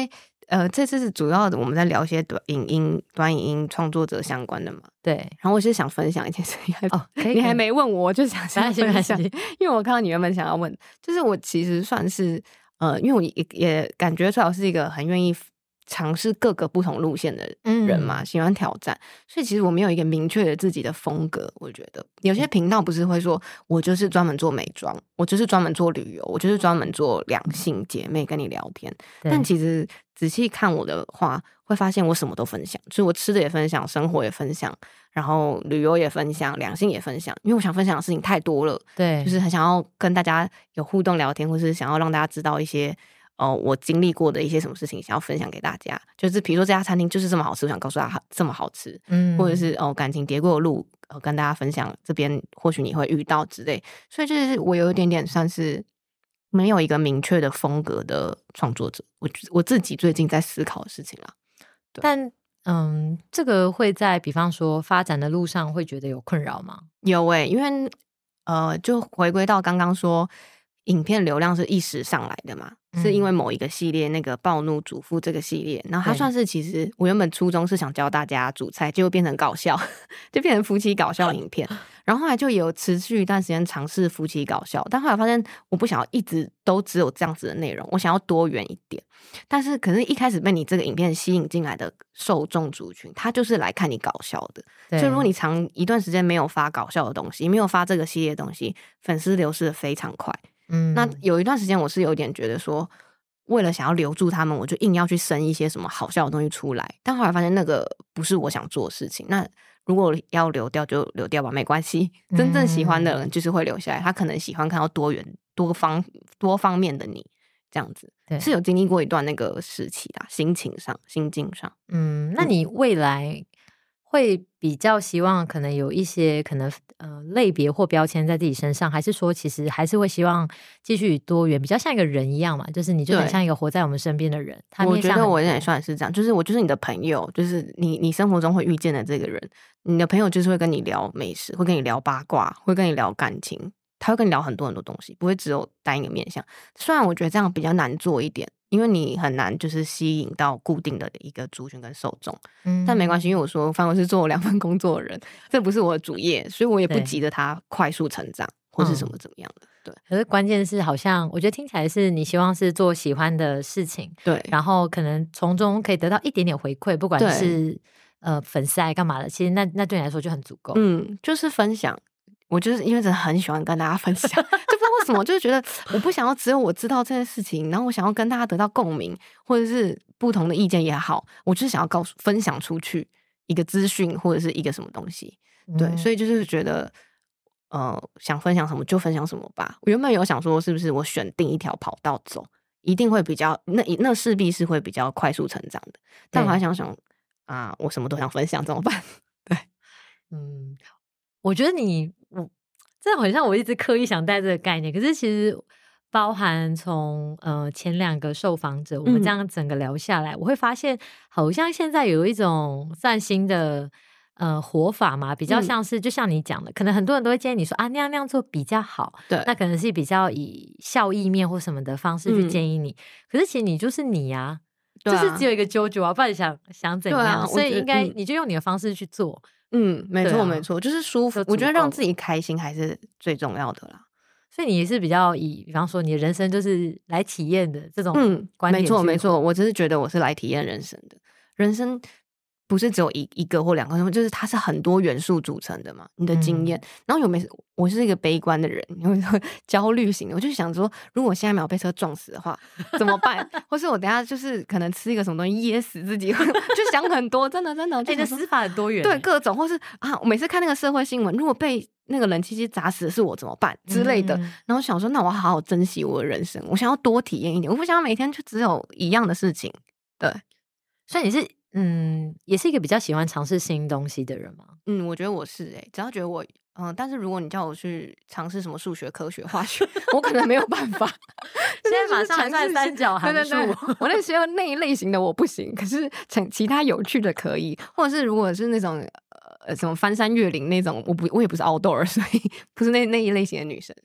这次是主要的我们在聊一些短影音创作者相关的嘛。 对， 然后我是想分享一件事情， 可以你还没问我就想分享， 没因为我看到你原本想要问，就是我其实算是因为我也感觉出来我是一个很愿意尝试各个不同路线的人嘛，喜欢挑战，所以其实我没有一个明确的自己的风格。我觉得有些频道不是会说我就是专门做美妆，我就是专门做旅游，我就是专门做两性姐妹跟你聊天，但其实仔细看我的话会发现我什么都分享，就是我吃的也分享，生活也分享，然后旅游也分享，两性也分享，因为我想分享的事情太多了。 对， 就是很想要跟大家有互动聊天，或是想要让大家知道一些我经历过的一些什么事情，想要分享给大家。就是比如说这家餐厅就是这么好吃，我想告诉大家这么好吃，或者是感情跌过的路，跟大家分享这边或许你会遇到之类。所以就是我有一点点算是没有一个明确的风格的创作者，我自己最近在思考的事情啦。 但这个会在比方说发展的路上会觉得有困扰吗？ 有因为就回归到刚刚说影片流量是一时上来的嘛，是因为某一个系列那个暴怒主妇这个系列，然后它算是其实我原本初衷是想教大家煮菜，结果变成搞笑，就变成夫妻搞笑影片。然后后来就有持续一段时间尝试夫妻搞笑，但后来发现我不想要一直都只有这样子的内容，我想要多元一点。但是可是一开始被你这个影片吸引进来的受众族群，他就是来看你搞笑的，所以如果你长一段时间没有发搞笑的东西，没有发这个系列的东西，粉丝流失的非常快。那有一段时间我是有点觉得说，为了想要留住他们，我就硬要去生一些什么好笑的东西出来，但后来发现那个不是我想做的事情。那如果要留掉就留掉吧，没关系，真正喜欢的人就是会留下来，他可能喜欢看到多元多方面的你，这样子是有经历过一段那个时期啦，心境上那你未来会比较希望可能有一些可能类别或标签在自己身上，还是说其实还是会希望继续多元，比较像一个人一样嘛，就是你就很像一个活在我们身边的人。 我觉得我也算是这样，就是我就是你的朋友，就是你生活中会遇见的这个人，你的朋友就是会跟你聊美食，会跟你聊八卦，会跟你聊感情，他会跟你聊很多很多东西，不会只有单一个面向。虽然我觉得这样比较难做一点，因为你很难就是吸引到固定的一个族群跟受众，但没关系，因为我说反正我是做2份工作的人，这不是我的主业，所以我也不急着他快速成长或是什么怎么样的。对， 可是关键是好像我觉得听起来是你希望是做喜欢的事情， 对， 然后可能从中可以得到一点点回馈，不管是粉丝爱干嘛的，其实那对你来说就很足够。 就是分享。我就是因为真的很喜欢跟大家分享，就不知道为什么，就是觉得我不想要只有我知道这件事情，然后我想要跟大家得到共鸣，或者是不同的意见也好，我就是想要分享出去一个资讯或者是一个什么东西。对，所以就是觉得想分享什么就分享什么吧。我原本有想说是不是我选定一条跑道走，一定会比较那势必是会比较快速成长的，但我还想想我什么都想分享怎么办？对， 我觉得这好像我一直刻意想带这个概念，可是其实包含从前2个受访者，我们这样整个聊下来，我会发现好像现在有一种算新的活法嘛，比较像是就像你讲的，可能很多人都会建议你说那样做比较好， 对， 那可能是比较以效益面或什么的方式去建议你，可是其实你就是你啊，就是只有一个啾啾不然想怎样，所以应该你就用你的方式去做。 没错没错，就是舒服，我觉得让自己开心还是最重要的啦。 所以你是比较比方说你的人生就是来体验的这种观点。 没错没错，我只是觉得我是来体验人生的，人生不是只有一个或2个，就是它是很多元素组成的嘛，你的经验。然后我是一个悲观的人，焦虑型的，我就想说，如果我下一秒被车撞死的话怎么办？或是我等一下就是可能吃一个什么东西噎死自己，就想很多，真的。 你的死法很多元， 对，各种，或是我每次看那个社会新闻，如果被那个冷气机砸死的是我怎么办之类的，然后想说，那我好好珍惜我的人生，我想要多体验一点，我不想要每天就只有一样的事情。对， 所以你是也是一个比较喜欢尝试新东西的人吗？ 我觉得我是只要觉得我但是如果你叫我去尝试什么数学、科学、化学，我可能没有办法。 现在马上算三角函数， 我那些那一类型的我不行，可是其他有趣的可以，或者是如果是那种什么翻山越岭那种，我也不是 outdoor， 所以不是那一类型的女生，所以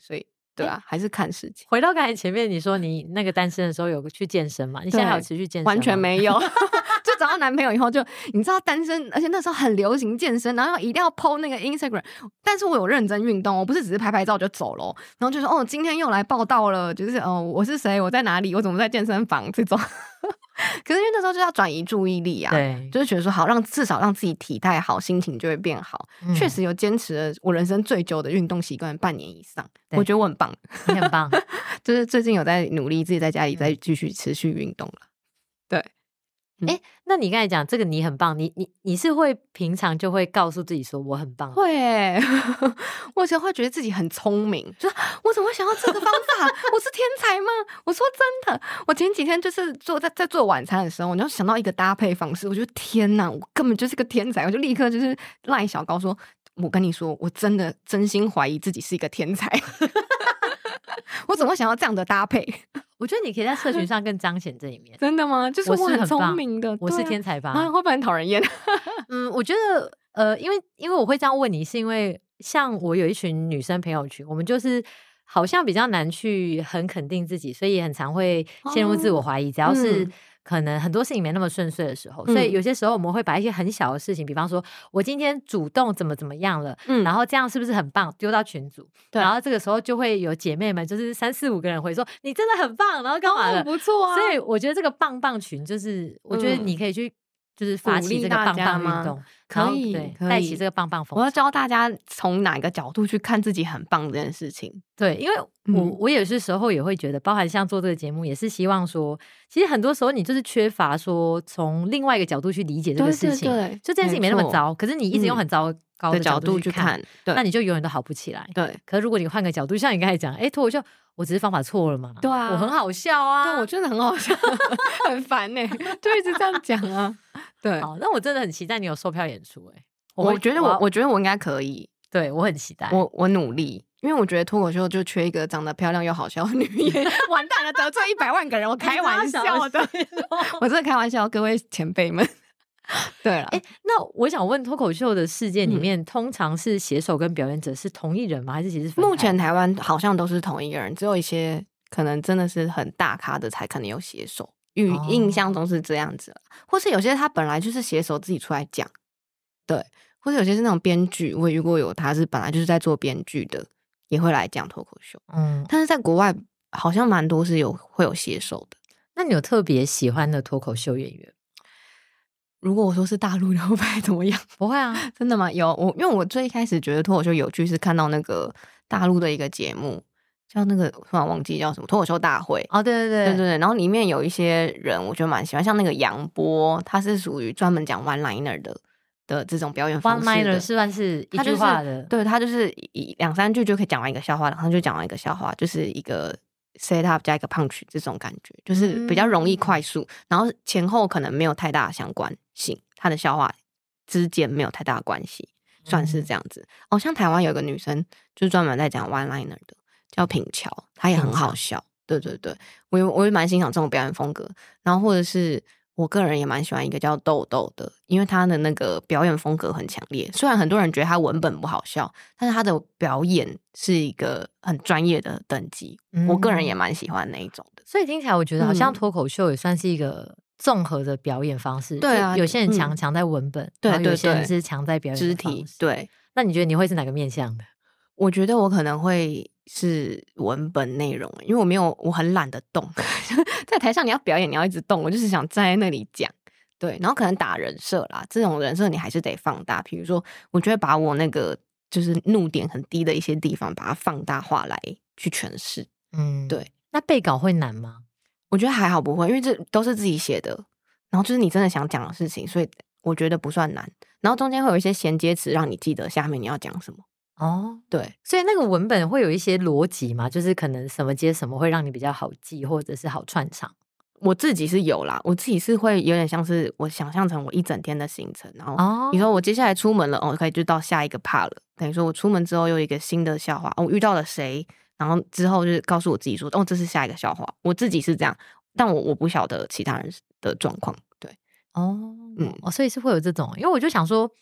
对啊，还是看事情。 回到刚才前面你说你那个单身的时候有去健身嘛？你现在还有持续健身吗？ 完全没有。就找到男朋友以后就你知道单身，而且那时候很流行健身，然后一定要 po 那个 Instagram， 但是我有认真运动，我不是只是拍拍照就走了，然后就说今天又来报道了，就是我是谁，我在哪里，我怎么在健身房这种。可是因为那时候就要转移注意力啊， 对， 就是觉得说好至少让自己体态好，心情就会变好。确实有坚持了我人生最久的运动习惯半年以上，我觉得我很棒。 你很棒。 就是最近有在努力自己在家里再继续持续运动了。对。 那你刚才讲这个你很棒，你是会平常就会告诉自己说我很棒？ 会耶。我以前会觉得自己很聪明，就是我怎么会想到这个方法？我是天才吗？我说真的，我前几天就是在做晚餐的时候，我就想到一个搭配方式，我觉得天哪，我根本就是个天才，我就立刻就是赖小高说，我跟你说，我真心怀疑自己是一个天才。我怎么会想到这样的搭配？ 我觉得你可以在社群上更彰显这一面。 真的吗？就是我很聪明的， 我是天才吧？ 会不会很讨人厌？ 我觉得因为我会这样问你，是因为像我有一群女生朋友群，我们就是好像比较难去很肯定自己，所以也很常会陷入自我怀疑。只要是可能很多事情没那么顺遂的时候，所以有些时候我们会把一些很小的事情，比方说我今天主动怎么样了，然后这样是不是很棒，丢到群组，然后这个时候就会有姐妹们就是3、4、5个人回说你真的很棒，然后干嘛的， 不错啊。 所以我觉得这个棒棒群就是我觉得你可以去就是发起这个棒棒运动， 可以带起这个棒棒风。 我要教大家从哪个角度去看自己很棒这件事情。 对，因为我有些时候也会觉得，包含像做这个节目，也是希望说，其实很多时候你就是缺乏说从另外一个角度去理解这个事情， 对， 就这件事情没那么糟，可是你一直用很糟糕的角度去看，那你就永远都好不起来。 对， 可是如果你换个角度，像你刚才讲，脱口秀，我只是方法错了嘛？ 对啊， 我很好笑啊， 对，我真的很好笑，很烦呢，就一直这样讲啊。对， 好，那我真的很期待你有售票演出我觉得我应该可以， 对我很期待， 我努力，因为我觉得脱口秀就缺一个长得漂亮又好笑的女演员。完蛋了，得罪100万个人，我开玩笑的，我真的开玩笑，各位前辈们。对了， 那我想问，脱口秀的世界里面，通常是写手跟表演者是同一人吗？还是其实目前台湾好像都是同一个人，只有一些可能真的是很大咖的才可能有写手。印象中是这样子，或是有些他本来就是写手自己出来讲，对，或者有些是那种编剧，我遇过有他是本来就是在做编剧的，也会来讲脱口秀。但是在国外好像蛮多是会有写手的。 那你有特别喜欢的脱口秀演员？ 如果我说是大陆的，会不会怎么样？ 不会啊， 真的吗？有因为我最一开始觉得脱口秀有趣是看到那个大陆的一个节目。叫那个突然忘记叫什么脱口秀大会对，然后里面有一些人我觉得蛮喜欢，像那个杨波，他是属于专门讲 one liner 的这种表演方式的。 one liner 是算是一句话的， 对，他就是2、3句就可以讲完一个笑话，然后就讲完一个笑话，就是一个 set up 加一个 punch 这种感觉，就是比较容易快速，然后前后可能没有太大的相关性，他的笑话之间没有太大的关系，算是这样子。像台湾有一个女生就是专门在讲 one liner 的。叫品乔，他也很好笑，对，我也蛮欣赏这种表演风格。然后或者是我个人也蛮喜欢一个叫豆豆的，因为他的那个表演风格很强烈。虽然很多人觉得他文本不好笑，但是他的表演是一个很专业的等级，我个人也蛮喜欢那一种的。 所以听起来我觉得好像脱口秀也算是一个综合的表演方式。 对啊， 有些人强在文本， 对， 有些人是强在表演肢体。对， 那你觉得你会是哪个面向的？ 我觉得我可能会是文本内容，因为我很懒得动。在台上你要表演，你要一直动，我就是想站在那里讲。对，然后可能打人设啦，这种人设你还是得放大。比如说，我就会把我那个就是怒点很低的一些地方，把它放大化来去诠释。对。 那背稿会难吗？ 我觉得还好不会，因为这都是自己写的，然后就是你真的想讲的事情，所以我觉得不算难。然后中间会有一些衔接词，让你记得下面你要讲什么。对， 所以那个文本会有一些逻辑嘛，就是可能什么接什么会让你比较好记，或者是好串场。 我自己是有啦，我自己是会有点像是我想象成我一整天的行程，然后你说我接下来出门了，可以就到下一个 part 了。等于说我出门之后又有一个新的笑话，我遇到了谁，然后之后就是告诉我自己说，这是下一个笑话。我自己是这样，但我不晓得其他人的状况。对， 所以是会有这种，因为我就想说。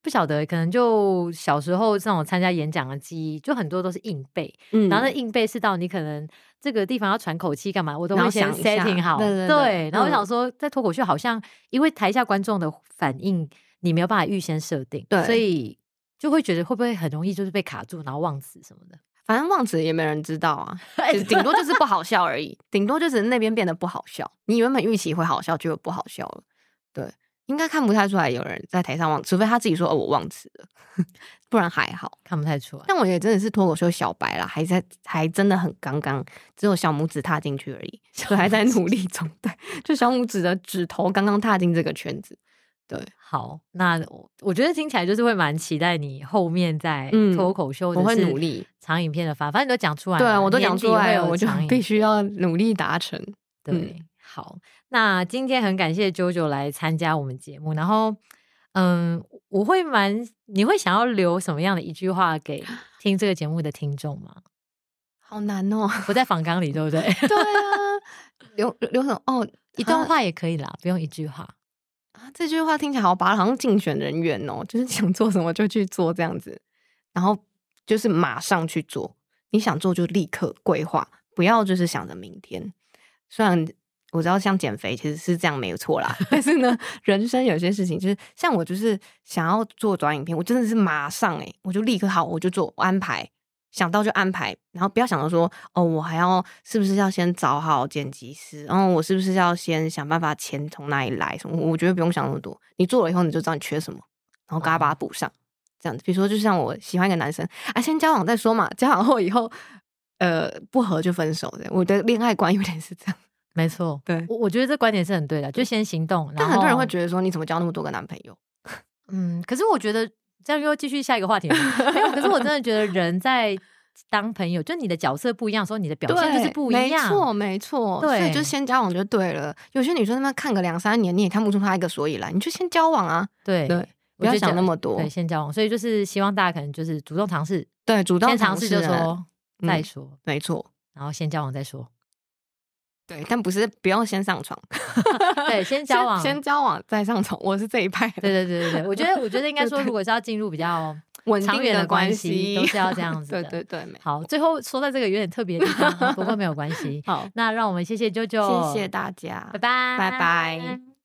不晓得，可能就小时候这种参加演讲的记忆，就很多都是硬背，然后那硬背是到你可能这个地方要喘口气干嘛，我都会先 setting 好，对，然后我想说，在脱口秀好像因为台下观众的反应，你没有办法预先设定， 对， 所以就会觉得会不会很容易就是被卡住，然后忘词什么的。 反正忘词也没人知道啊，顶多就是不好笑而已，顶多就是那边变得不好笑，你原本预期会好笑，就不好笑了。对，应该看不太出来有人在台上忘，除非他自己说我忘词了，不然还好， 看不太出来。 但我也真的是脱口秀小白啦，还真的很刚刚，只有小拇指踏进去而已，所以还在努力中。对，就小拇指的指头刚刚踏进这个圈子。对， 好，那我觉得听起来就是会蛮期待你后面在脱口秀， 我会努力长影片的反正你都讲出来， 对，我都讲出来了，我就必须要努力达成。 对，好，那今天很感谢JoJo来参加我们节目，然后你会想要留什么样的一句话给听这个节目的听众吗？ 好难哦， 不在访纲里，对不对？ 对啊，留什么？哦， 一段话也可以啦，不用一句话。 这句话听起来好拔，好像竞选人员哦，就是想做什么就去做这样子，然后就是马上去做，你想做就立刻规划，不要就是想着明天。虽然我知道像减肥其实是这样没有错啦，但是呢，人生有些事情就是像我就是想要做短影片，我真的是马上我就立刻好，我就做，我安排。想到就安排，然后不要想到说我还要是不是要先找好剪辑师，然后我是不是要先想办法钱从哪里来什么？我觉得不用想那么多，你做了以后你就知道你缺什么，然后赶快把它补上。这样子，比如说就像我喜欢一个男生先交往再说嘛，交往后以后不合就分手的。我的恋爱观有点是这样， 没错， 对， 我觉得这观点是很对的，就先行动。 但很多人会觉得说你怎么交那么多个男朋友？ 可是我觉得。这样又继续下一个话题没有，可是我真的觉得人在当朋友，就你的角色不一样的时候，你的表现就是不一样。 没错， 对， 所以就先交往就对了。有些女生那边看个2-3年，你也看不出她一个所以然，你就先交往啊。 对， 不要想那么多。 对，先交往。所以就是希望大家可能就是主动尝试， 对，主动先尝试就说再说， 没错。 然后先交往再说。 对，但不用先上床。 对，先交往， 先交往再上床。我是这一派。 对，我觉得应该说，如果是要进入比较长远的关系，都是要这样子的。 对。 好，最后说在这个有点特别的地方，不过没有关系。 好， 那让我们谢谢啾啾， 谢谢大家， 拜拜， 拜拜。